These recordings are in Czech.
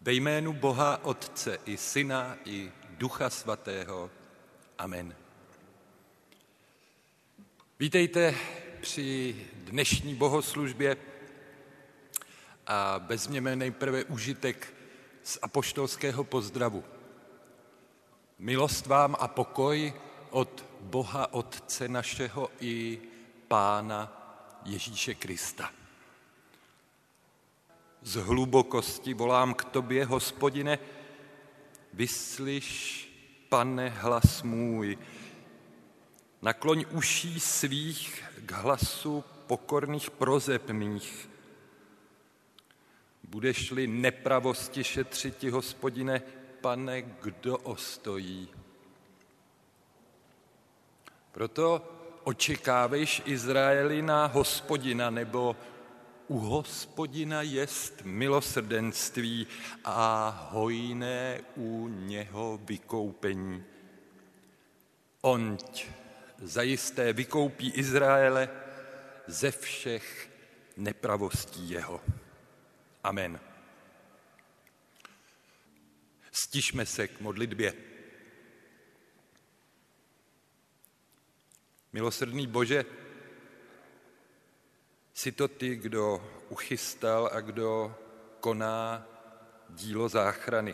Ve jménu Boha Otce i Syna i Ducha Svatého. Amen. Vítejte při dnešní bohoslužbě a vezměme nejprve užitek z apoštolského pozdravu. Milost vám a pokoj od Boha Otce našeho i Pána Ježíše Krista. Z hlubokosti volám k tobě, Hospodine, vyslyš, Pane, hlas můj. Nakloň uší svých k hlasu pokorných proseb mých. Budeš-li nepravosti šetřiti, Hospodine, Pane, kdo ostojí? Proto očekávejš, Izraeli, na Hospodina, nebo u Hospodina jest milosrdenství a hojné u něho vykoupení. Onť zajisté vykoupí Izraele ze všech nepravostí jeho. Amen. Stišme se k modlitbě. Milosrdný Bože, jsi to ty, kdo uchystal a kdo koná dílo záchrany.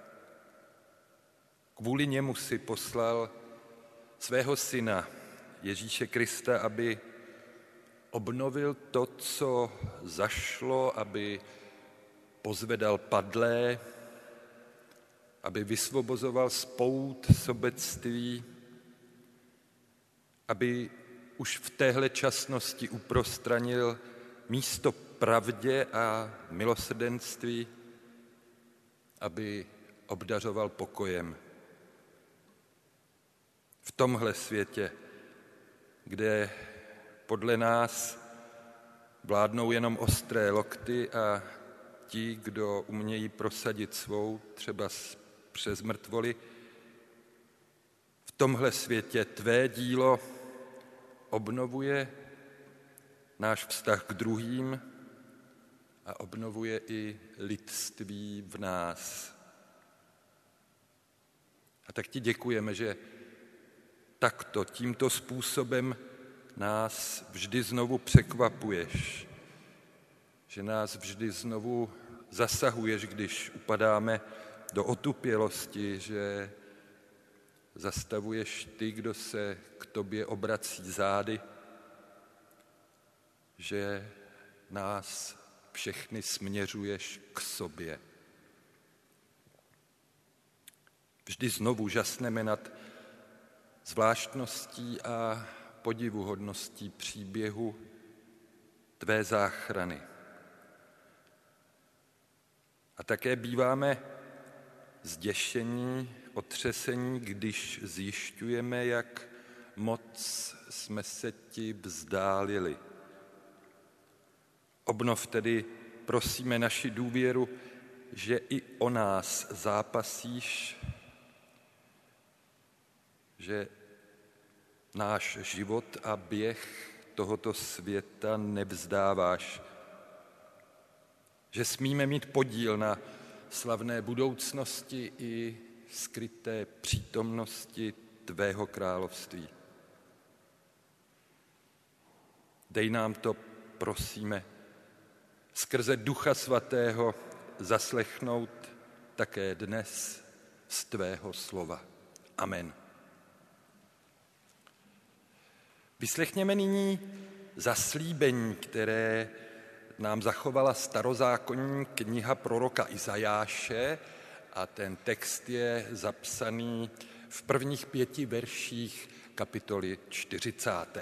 Kvůli němu si poslal svého syna Ježíše Krista, aby obnovil to, co zašlo, aby pozvedal padlé, aby vysvobozoval z pout sobectví, aby už v téhle časnosti uprostranil místo pravdě a milosrdenství, aby obdařoval pokojem. V tomhle světě, kde podle nás vládnou jenom ostré lokty a ti, kdo umějí prosadit svou, třeba přes mrtvoly, v tomhle světě tvé dílo obnovuje náš vztah k druhým a obnovuje i lidství v nás. A tak ti děkujeme, že takto, tímto způsobem nás vždy znovu překvapuješ, že nás vždy znovu zasahuješ, když upadáme do otupělosti, že zastavuješ ty, kdo se k tobě obrací zády, že nás všechny směřuješ k sobě. Vždy znovu žasneme nad zvláštností a podivuhodností příběhu tvé záchrany. A také býváme zděšení, otřesení, když zjišťujeme, jak moc jsme se ti vzdálili. Obnov tedy, prosíme, naši důvěru, že i o nás zápasíš, že náš život a běh tohoto světa nevzdáváš, že smíme mít podíl na slavné budoucnosti i skryté přítomnosti tvého království. Dej nám to, prosíme, skrze Ducha Svatého zaslechnout také dnes z tvého slova. Amen. Vyslechněme nyní zaslíbení, které nám zachovala starozákonní kniha proroka Izajáše a ten text je zapsaný v prvních 5 verších kapitoly 40.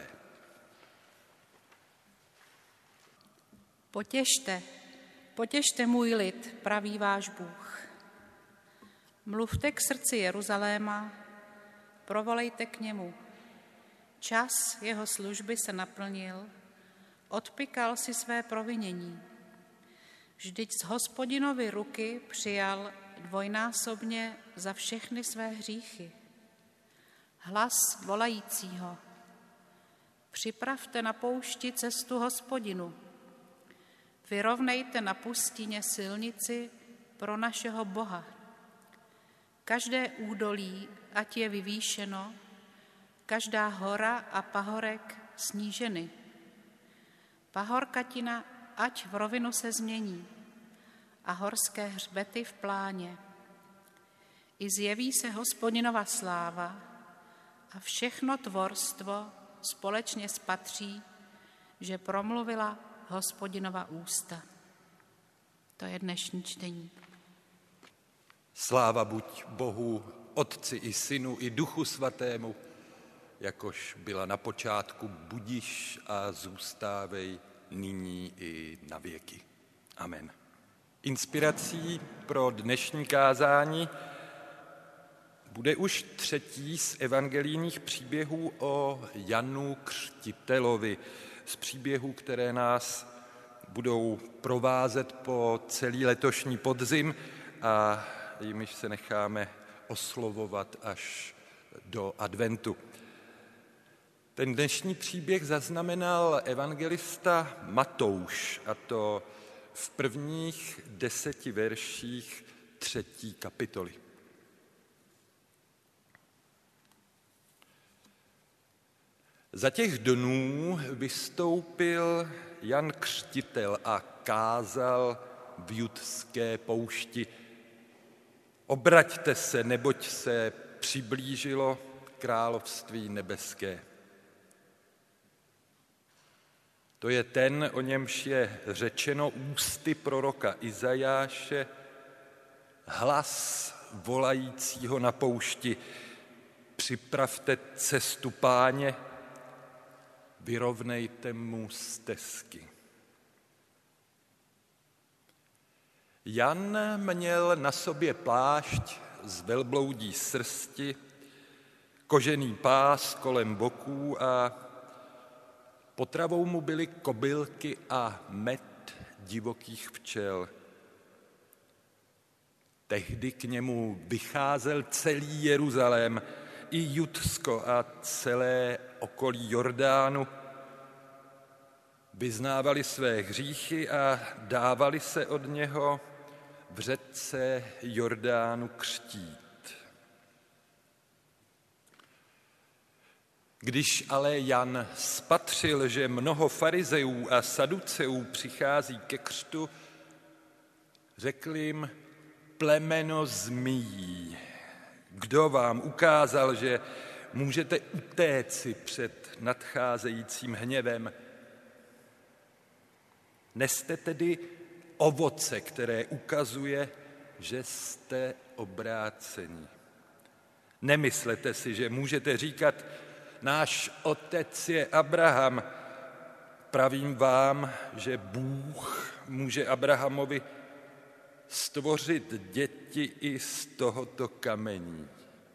Potěšte můj lid, praví váš Bůh. Mluvte k srdci Jeruzaléma, provolejte k němu. Čas jeho služby se naplnil, odpykal si své provinění. Vždyť z Hospodinovy ruky přijal dvojnásobně za všechny své hříchy. Hlas volajícího: připravte na poušti cestu Hospodinu, vyrovnejte na pustině silnici pro našeho Boha. Každé údolí, ať je vyvýšeno, každá hora a pahorek sníženy. Pahorkatina ať v rovinu se změní a horské hřbety v pláně. I zjeví se Hospodinova sláva a všechno tvorstvo společně spatří, že promluvila Hospodinova ústa. To je dnešní čtení. Sláva buď Bohu, Otci i Synu i Duchu Svatému, jakož byla na počátku, budiš a zůstávej nyní i na věky. Amen. Inspirací pro dnešní kázání bude už třetí z evangelijních příběhů o Janu Křtitelovi, z příběhů, které nás budou provázet po celý letošní podzim a jimiž se necháme oslovovat až do adventu. Ten dnešní příběh zaznamenal evangelista Matouš, a to v prvních 10 verších 3. kapitoly. Za těch dnů vystoupil Jan Křtitel a kázal v Judské poušti: Obraťte se, neboť se přiblížilo království nebeské. To je ten, o němž je řečeno ústy proroka Izajáše: hlas volajícího na poušti, připravte cestu Páně, vyrovnejte mu stezky. Jan měl na sobě plášť z velbloudí srsti, kožený pás kolem boků a potravou mu byly kobylky a med divokých včel. Tehdy k němu vycházel celý Jeruzalém, i Judsko a celé okolí Jordánu. Vyznávali své hříchy a dávali se od něho v řece Jordánu křtít. Když ale Jan spatřil, že mnoho farizejů a saduceů přichází ke křtu, řekl jim: plemeno zmijí, kdo vám ukázal, že můžete utéci před nadcházejícím hněvem? Neste tedy ovoce, které ukazuje, že jste obráceni. Nemyslete si, že můžete říkat: náš otec je Abraham. Pravím vám, že Bůh může Abrahamovi stvořit děti i z tohoto kamení.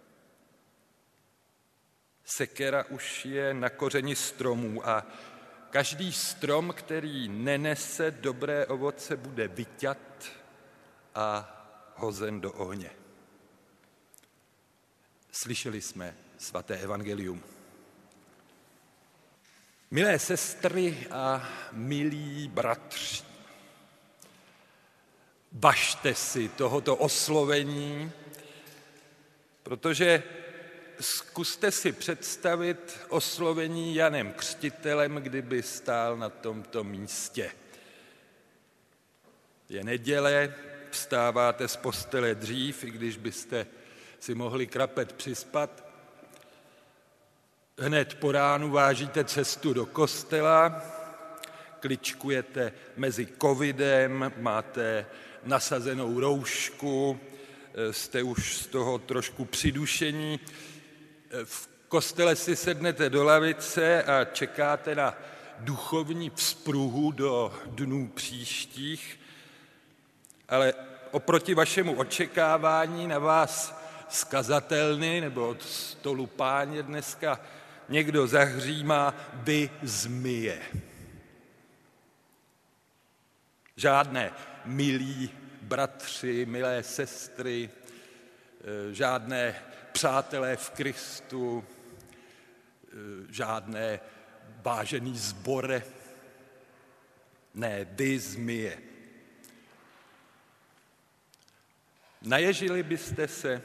Sekera už je na kořeni stromů a každý strom, který nenese dobré ovoce, bude vyťat a hozen do ohně. Slyšeli jsme svaté evangelium. Milé sestry a milí bratři, važte si tohoto oslovení, protože zkuste si představit oslovení Janem Křtitelem, kdyby stál na tomto místě. Je neděle, vstáváte z postele dřív, i když byste si mohli krapet přispat. Hned po ránu vážíte cestu do kostela, kličkujete mezi covidem, máte nasazenou roušku, jste už z toho trošku přidušení. V kostele si sednete do lavice a čekáte na duchovní vzpruhu do dnů příštích, ale oproti vašemu očekávání na vás z kazatelny nebo od stolu Páně dneska někdo zahřímá: vy zmije. Žádné milí bratři, milé sestry, žádné přátelé v Kristu, žádné vážený sbore. Ne, vy zmije. Naježili byste se?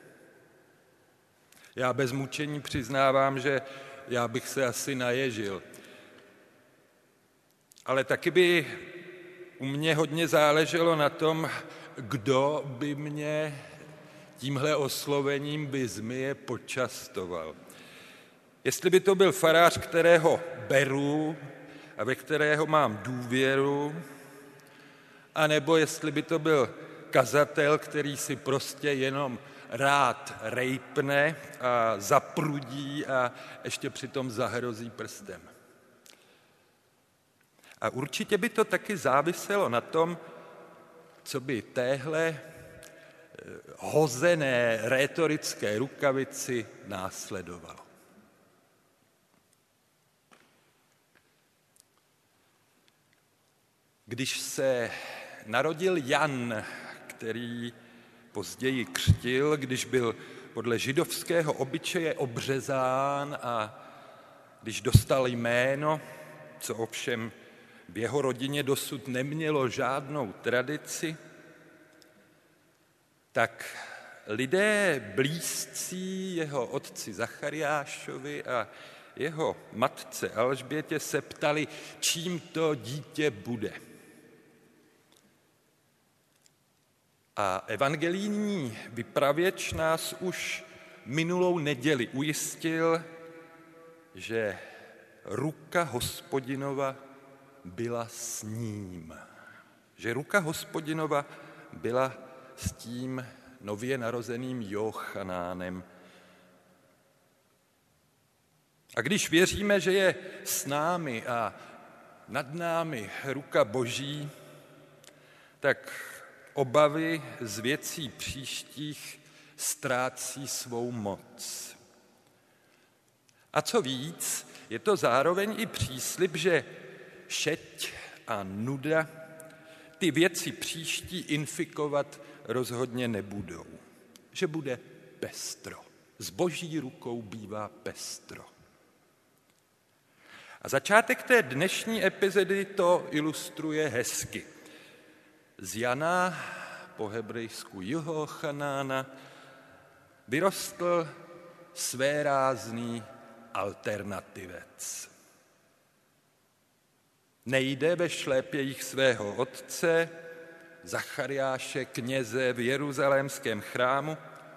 Já bez mučení přiznávám, že já bych se asi naježil. Ale taky by u mě hodně záleželo na tom, kdo by mě tímhle oslovením bizmie počastoval. Jestli by to byl farář, kterého beru a ve kterého mám důvěru, anebo jestli by to byl kazatel, který si prostě jenom rád rejpne a zaprudí a ještě přitom zahrozí prstem. A určitě by to taky záviselo na tom, co by téhle hozené rétorické rukavici následovalo. Když se narodil Jan, který později křtil, když byl podle židovského obyčeje obřezán a když dostal jméno, co ovšem v jeho rodině dosud nemělo žádnou tradici, tak lidé blízcí jeho otci Zachariášovi a jeho matce Alžbětě se ptali, čím to dítě bude. A evangelijní vypravěč nás už minulou neděli ujistil, že ruka Hospodinova byla s ním. Že ruka Hospodinova byla s tím nově narozeným Jochanánem. A když věříme, že je s námi a nad námi ruka Boží, tak obavy z věcí příštích ztrácí svou moc. A co víc, je to zároveň i příslib, že šeť a nuda ty věci příští infikovat rozhodně nebudou. Že bude pestro. S Boží rukou bývá pestro. A začátek té dnešní epizody to ilustruje hezky. Z Jana, po hebrejsku Jochanána, vyrostl svérázný alternativec. Nejde ve šlépějích svého otce, Zachariáše, kněze v jeruzalémském chrámu.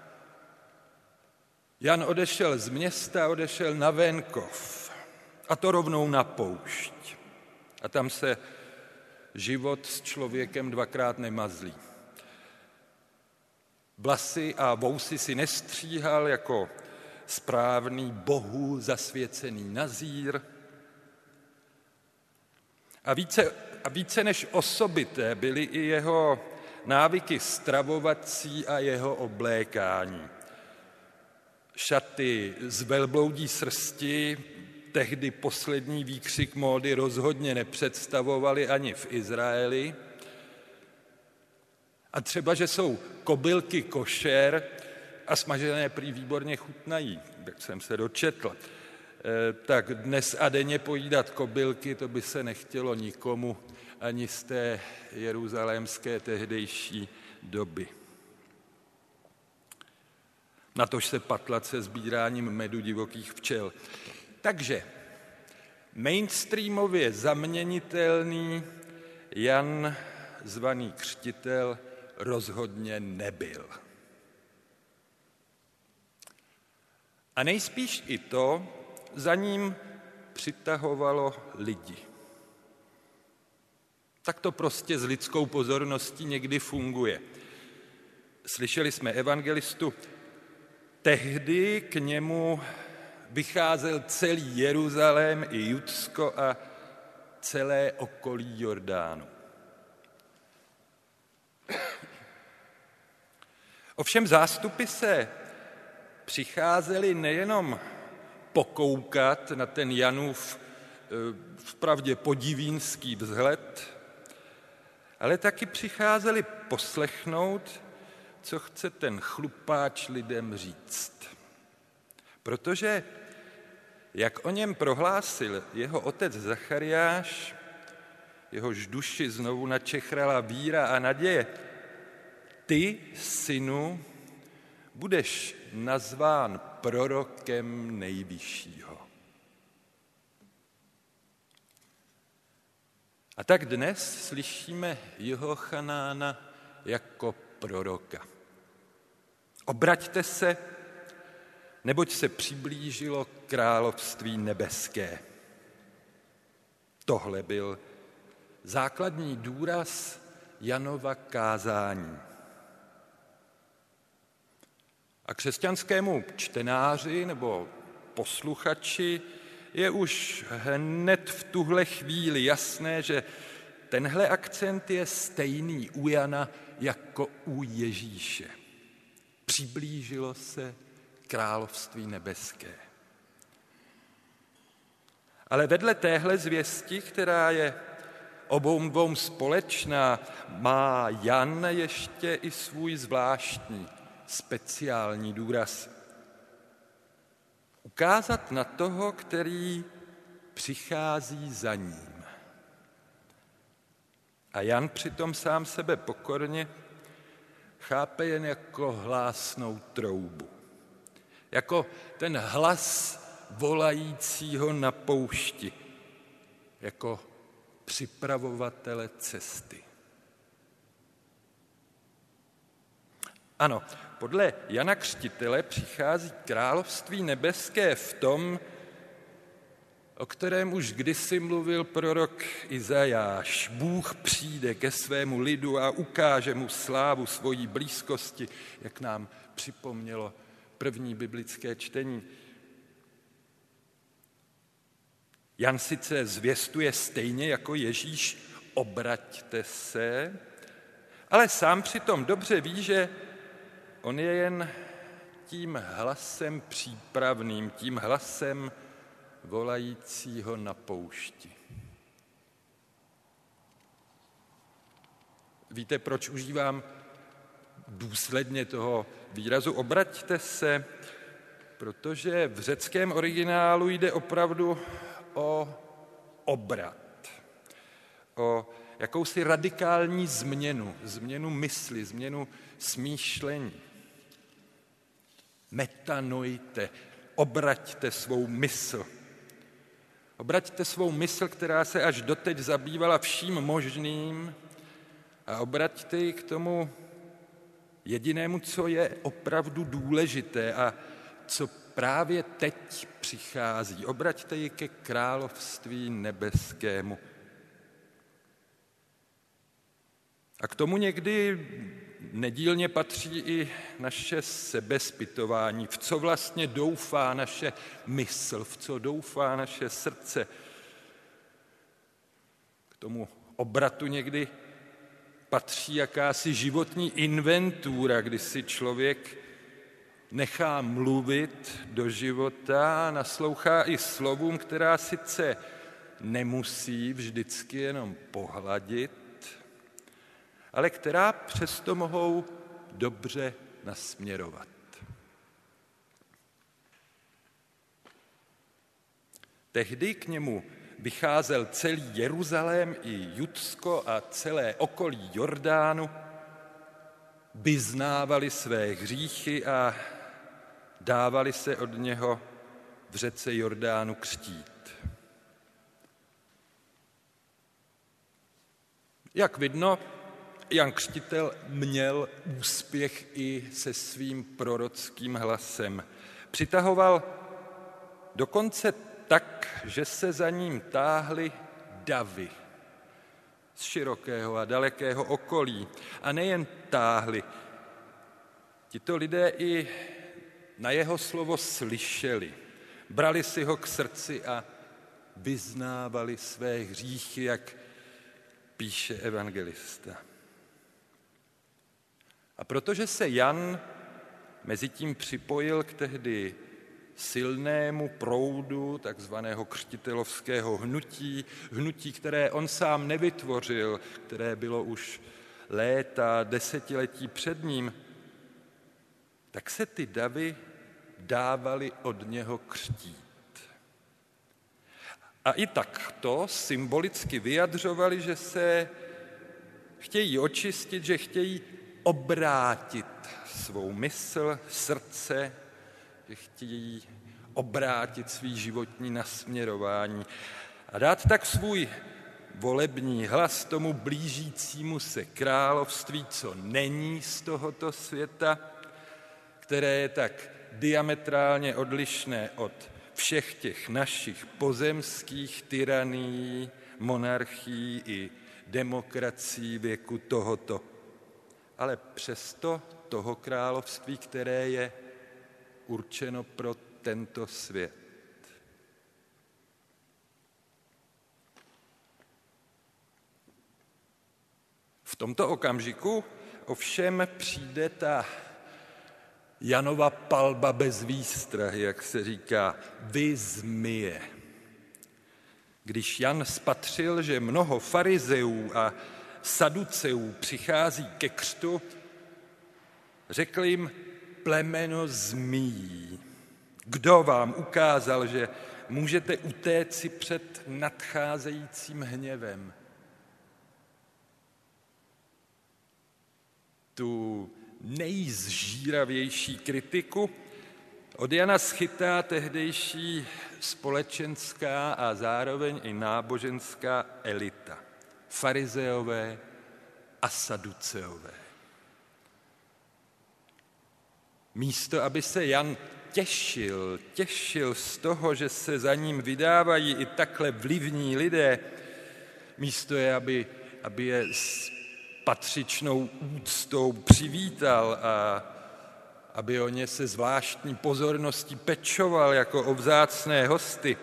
Jan odešel z města, odešel na venkov, a to rovnou na poušť. A tam se život s člověkem dvakrát nemazlí. Vlasy a vousy si nestříhal jako správný Bohu zasvěcený nazír. A více než osobité byly i jeho návyky stravovací a jeho oblékání. Šaty z velbloudí srsti tehdy poslední výkřik módy rozhodně nepředstavovaly ani v Izraeli. A třeba, že jsou kobylky košer a smažené prý výborně chutnají, jak jsem se dočetl. Tak dnes a denně pojídat kobylky, to by se nechtělo nikomu ani z té jeruzalémské tehdejší doby. Natož se patlat se sbíráním medu divokých včel. Takže mainstreamově zaměnitelný Jan zvaný křtitel rozhodně nebyl. A nejspíš i to za ním přitahovalo lidi. Tak to prostě s lidskou pozorností někdy funguje. Slyšeli jsme evangelistu, tehdy k němu vycházel celý Jeruzalém i Judsko a celé okolí Jordánu. Ovšem zástupy se přicházeli nejenom pokoukat na ten Janův vpravdě podivínský vzhled, ale taky přicházeli poslechnout, co chce ten chlupáč lidem říct. Protože, jak o něm prohlásil jeho otec Zachariáš, jehož duši znovu načechrala víra a naděje, ty, synu, budeš nazván prorokem Nejvyššího. A tak dnes slyšíme Jochanána jako proroka. Obraťte se, neboť se přiblížilo království nebeské. Tohle byl základní důraz Janova kázání. A křesťanskému čtenáři nebo posluchači je už hned v tuhle chvíli jasné, že tenhle akcent je stejný u Jana jako u Ježíše. Přiblížilo se království nebeské. Ale vedle téhle zvěsti, která je obou dvou společná, má Jan ještě i svůj zvláštní, speciální důraz. Ukázat na toho, který přichází za ním. A Jan přitom sám sebe pokorně chápe jen jako hlásnou troubu. Jako ten hlas volajícího na poušti. Jako připravovatele cesty. Ano, podle Jana Křtitele přichází království nebeské v tom, o kterém už kdysi mluvil prorok Izajáš. Bůh přijde ke svému lidu a ukáže mu slávu svojí blízkosti, jak nám připomnělo první biblické čtení. Jan sice zvěstuje stejně jako Ježíš, obraťte se, ale sám přitom dobře ví, že on je jen tím hlasem přípravným, tím hlasem volajícího na poušti. Víte, proč užívám důsledně toho výrazu obraťte se? Protože v řeckém originálu jde opravdu o obrat, o jakousi radikální změnu mysli, změnu smýšlení. Metanoite, obraťte svou mysl. Obraťte svou mysl, která se až doteď zabývala vším možným, a obraťte ji k tomu jedinému, co je opravdu důležité a co právě teď přichází. Obraťte ji ke království nebeskému. A k tomu někdy nedílně patří i naše sebezpytování, v co vlastně doufá naše mysl, v co doufá naše srdce. K tomu obratu někdy patří jakási životní inventura, kdy si člověk nechá mluvit do života a naslouchá i slovům, která sice nemusí vždycky jenom pohladit, ale která přesto mohou dobře nasměrovat. Tehdy k němu vycházel celý Jeruzalém i Judsko a celé okolí Jordánu, vyznávali své hříchy a dávali se od něho v řece Jordánu křtít. Jak vidno, Jan Křtitel měl úspěch i se svým prorockým hlasem. Přitahoval dokonce tak, že se za ním táhly davy z širokého a dalekého okolí. A nejen táhly, tito lidé i na jeho slovo slyšeli, brali si ho k srdci a vyznávali své hříchy, jak píše evangelista. A protože se Jan mezi tím připojil k tehdy silnému proudu takzvaného křtitelovského hnutí, které on sám nevytvořil, které bylo už léta, desetiletí před ním, tak se ty davy dávaly od něho křtít. A i takto symbolicky vyjadřovali, že se chtějí očistit, že chtějí obrátit svou mysl, srdce, že chtějí obrátit svý životní nasměrování a dát tak svůj volební hlas tomu blížícímu se království, co není z tohoto světa, které je tak diametrálně odlišné od všech těch našich pozemských tyranií, monarchií i demokracií věku tohoto, ale přesto toho království, které je určeno pro tento svět. V tomto okamžiku ovšem přijde ta Janova palba bez výstrahy, jak se říká, vy zmije. Když Jan spatřil, že mnoho farizeů a saduceů přichází ke křtu, řekl jim: plemeno zmijí. Kdo vám ukázal, že můžete utéci před nadcházejícím hněvem? Tu nejzžíravější kritiku od Jana schytá tehdejší společenská a zároveň i náboženská elita, farizeové a saduceové. Místo, aby se Jan těšil z toho, že se za ním vydávají i takhle vlivní lidé, místo je, aby je s patřičnou úctou přivítal a aby o ně se zvláštní pozorností pečoval jako o vzácné hosty.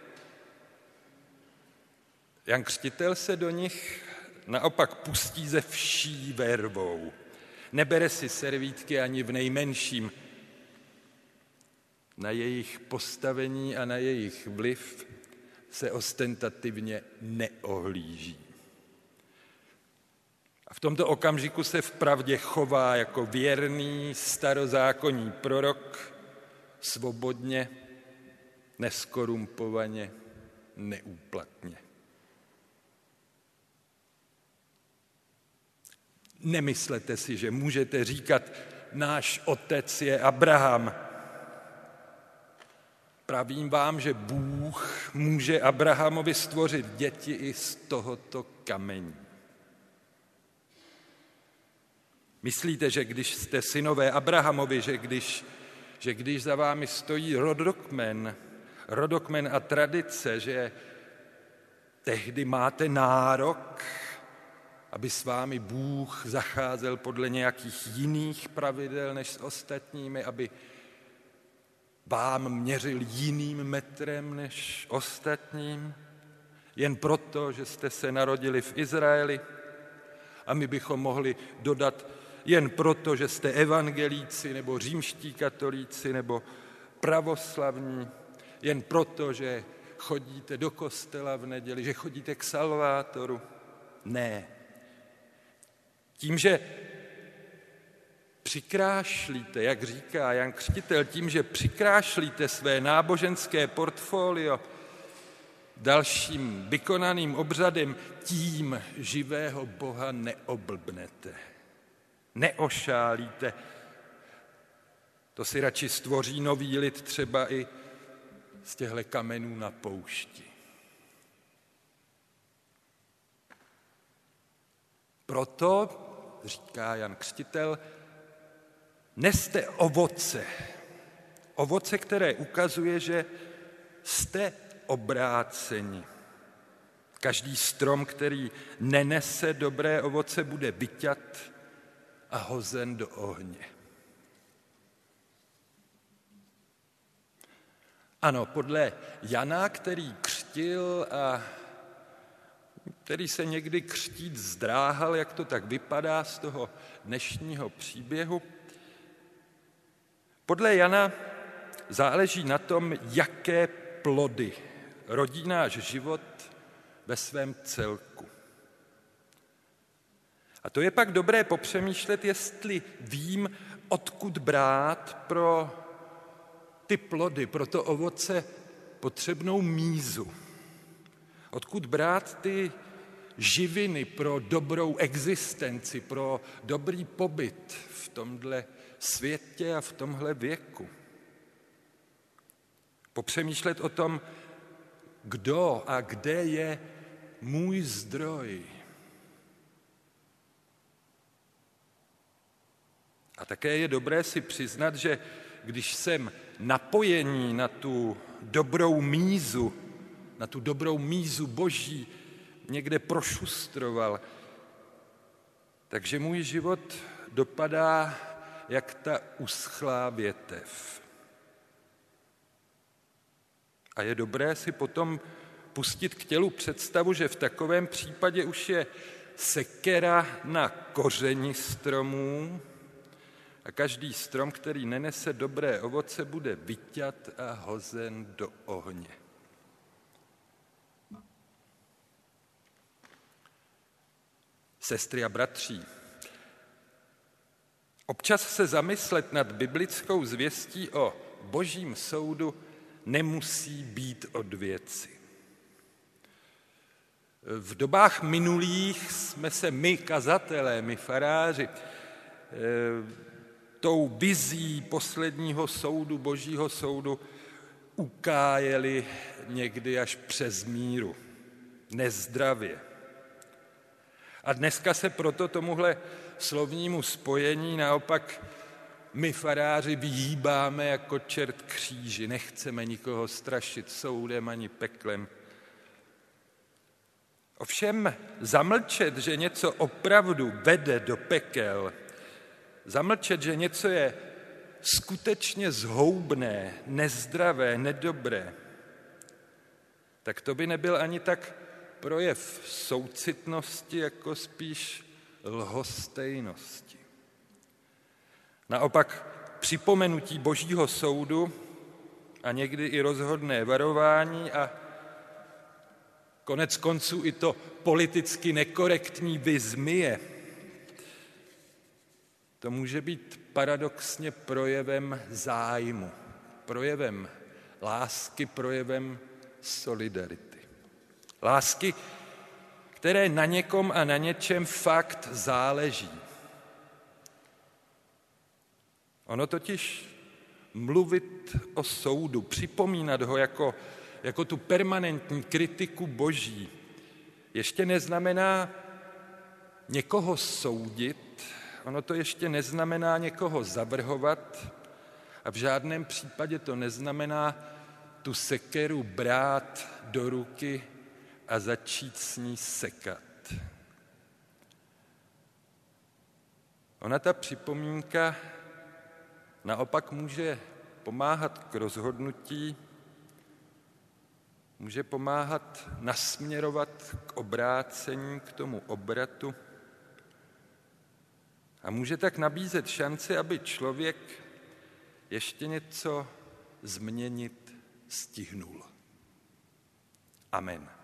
Jan Křtitel se do nich naopak pustí ze vší vervou. Nebere si servítky ani v nejmenším. Na jejich postavení a na jejich vliv se ostentativně neohlíží. A v tomto okamžiku se vpravdě chová jako věrný starozákonní prorok, svobodně, neskorumpovaně, neúplatně. Nemyslete si, že můžete říkat, náš otec je Abraham. Pravím vám, že Bůh může Abrahamovi stvořit děti i z tohoto kamení. Myslíte, že když jste synové Abrahamovi, že když za vámi stojí rodokmen a tradice, že tehdy máte nárok, aby s vámi Bůh zacházel podle nějakých jiných pravidel než s ostatními, aby vám měřil jiným metrem než ostatním, jen proto, že jste se narodili v Izraeli? A my bychom mohli dodat jen proto, že jste evangelíci nebo římští katolíci nebo pravoslavní, jen proto, že chodíte do kostela v neděli, že chodíte k salvátoru. Ne. Tím, že přikrášlíte, jak říká Jan Křtitel, tím, že přikrášlíte své náboženské portfolio dalším vykonaným obřadem, tím živého Boha neoblbnete, neošálíte. To si radši stvoří nový lid třeba i z těchto kamenů na poušti. Proto, říká Jan Křtitel, neste ovoce, které ukazuje, že jste obráceni. Každý strom, který nenese dobré ovoce, bude vyťat a hozen do ohně. Ano, podle Jana, který křtil a který se někdy křtít zdráhal, jak to tak vypadá z toho dnešního příběhu, podle Jana záleží na tom, jaké plody rodí náš život ve svém celku. A to je pak dobré popřemýšlet, jestli vím, odkud brát pro ty plody, pro to ovoce potřebnou mízu. Odkud brát ty živiny pro dobrou existenci, pro dobrý pobyt v tomhle světě a v tomhle věku. Popřemýšlet o tom, kdo a kde je můj zdroj. A také je dobré si přiznat, že když jsem napojení na tu dobrou mízu Boží někde prošustroval, takže můj život dopadá jak ta uschlá větev. A je dobré si potom pustit k tělu představu, že v takovém případě už je sekera na kořeni stromů a každý strom, který nenese dobré ovoce, bude vyťat a hozen do ohně. Sestry a bratři, občas se zamyslet nad biblickou zvěstí o Božím soudu nemusí být od věci. V dobách minulých jsme se my, kazatelé, my faráři, tou vizí posledního soudu, Božího soudu, ukájeli někdy až přes míru, nezdravě. A dneska se proto tomuhle slovnímu spojení naopak my faráři vyhýbáme jako čert kříži, nechceme nikoho strašit soudem ani peklem. Ovšem zamlčet, že něco opravdu vede do pekel, zamlčet, že něco je skutečně zhoubné, nezdravé, nedobré, tak to by nebyl ani tak projev soucitnosti, jako spíš lhostejnosti. Naopak připomenutí Božího soudu a někdy i rozhodné varování a konec konců i to politicky nekorektní vy zmije, to může být paradoxně projevem zájmu, projevem lásky, projevem solidarity. Lásky, které na někom a na něčem fakt záleží. Ono totiž mluvit o soudu, připomínat ho jako tu permanentní kritiku Boží, ještě neznamená někoho soudit, ono to ještě neznamená někoho zavrhovat a v žádném případě to neznamená tu sekeru brát do ruky a začít s ní sekat. Ona ta připomínka naopak může pomáhat k rozhodnutí, může pomáhat nasměrovat k obrácení, k tomu obratu a může tak nabízet šanci, aby člověk ještě něco změnit stihnul. Amen.